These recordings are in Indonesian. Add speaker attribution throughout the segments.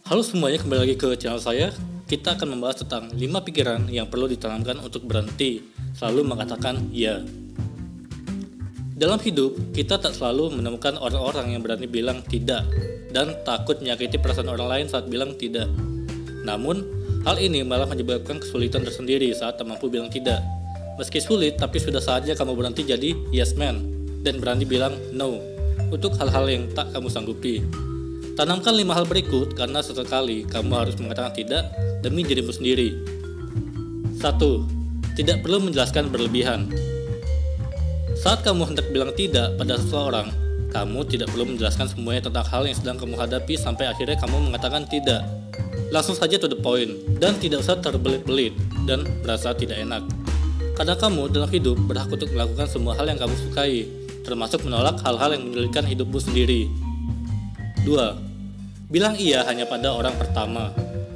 Speaker 1: Halo semuanya, kembali lagi ke channel saya. Kita akan membahas tentang 5 pikiran yang perlu ditanamkan untuk berhenti selalu mengatakan ya. Dalam hidup, kita tak selalu menemukan orang-orang yang berani bilang tidak dan takut menyakiti perasaan orang lain saat bilang tidak. Namun, hal ini malah menyebabkan kesulitan tersendiri saat tak mampu bilang tidak. Meski sulit, tapi sudah saatnya kamu berhenti jadi yes man dan berani bilang no untuk hal-hal yang tak kamu sanggupi. Tanamkan 5 hal berikut karena sesekali kamu harus mengatakan tidak demi dirimu sendiri. 1. Tidak perlu menjelaskan berlebihan. Saat kamu hendak bilang tidak pada seseorang, kamu tidak perlu menjelaskan semuanya tentang hal yang sedang kamu hadapi sampai akhirnya kamu mengatakan tidak. Langsung saja to the point dan tidak usah terbelit-belit dan merasa tidak enak. Karena kamu dalam hidup berhak untuk melakukan semua hal yang kamu sukai, termasuk menolak hal-hal yang menyulitkan hidupmu sendiri. 2. Bilang iya hanya pada orang pertama.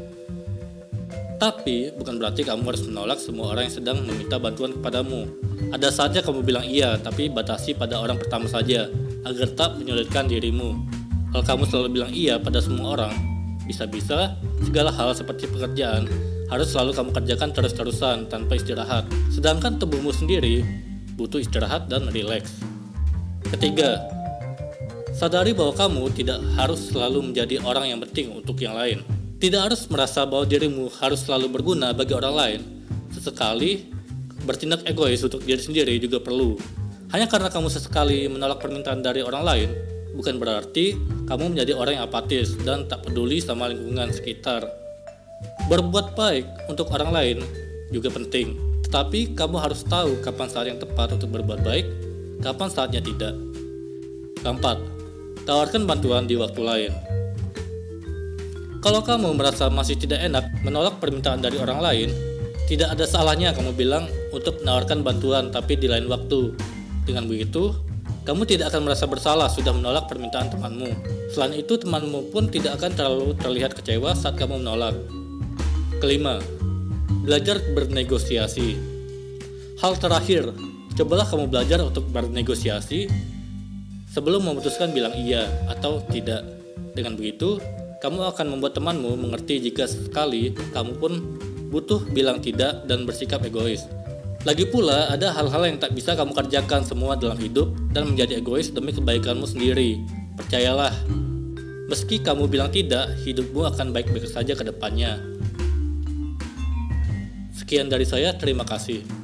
Speaker 1: Tapi bukan berarti kamu harus menolak semua orang yang sedang meminta bantuan kepadamu. Ada saatnya kamu bilang iya, tapi batasi pada orang pertama saja, agar tak menyulitkan dirimu. Kalau kamu selalu bilang iya pada semua orang, bisa-bisa segala hal seperti pekerjaan harus selalu kamu kerjakan terus-terusan tanpa istirahat. Sedangkan tubuhmu sendiri butuh istirahat dan rileks. 3. Sadari bahwa kamu tidak harus selalu menjadi orang yang penting untuk yang lain. Tidak harus merasa bahwa dirimu harus selalu berguna bagi orang lain. Sesekali, bertindak egois untuk diri sendiri juga perlu. Hanya karena kamu sesekali menolak permintaan dari orang lain, bukan berarti kamu menjadi orang yang apatis dan tak peduli sama lingkungan sekitar. Berbuat baik untuk orang lain juga penting, tetapi kamu harus tahu kapan saat yang tepat untuk berbuat baik, kapan saatnya tidak. 4. Tawarkan bantuan di waktu lain. Kalau kamu merasa masih tidak enak menolak permintaan dari orang lain, tidak ada salahnya kamu bilang untuk menawarkan bantuan tapi di lain waktu. Dengan begitu, kamu tidak akan merasa bersalah sudah menolak permintaan temanmu. Selain itu, temanmu pun tidak akan terlalu terlihat kecewa saat kamu menolak. 5. Belajar bernegosiasi. Hal terakhir, cobalah kamu belajar untuk bernegosiasi sebelum memutuskan bilang iya atau tidak. Dengan begitu, kamu akan membuat temanmu mengerti jika sekali kamu pun butuh bilang tidak dan bersikap egois. Lagi pula, ada hal-hal yang tak bisa kamu kerjakan semua dalam hidup dan menjadi egois demi kebaikanmu sendiri. Percayalah, meski kamu bilang tidak, hidupmu akan baik-baik saja ke depannya. Sekian dari saya, terima kasih.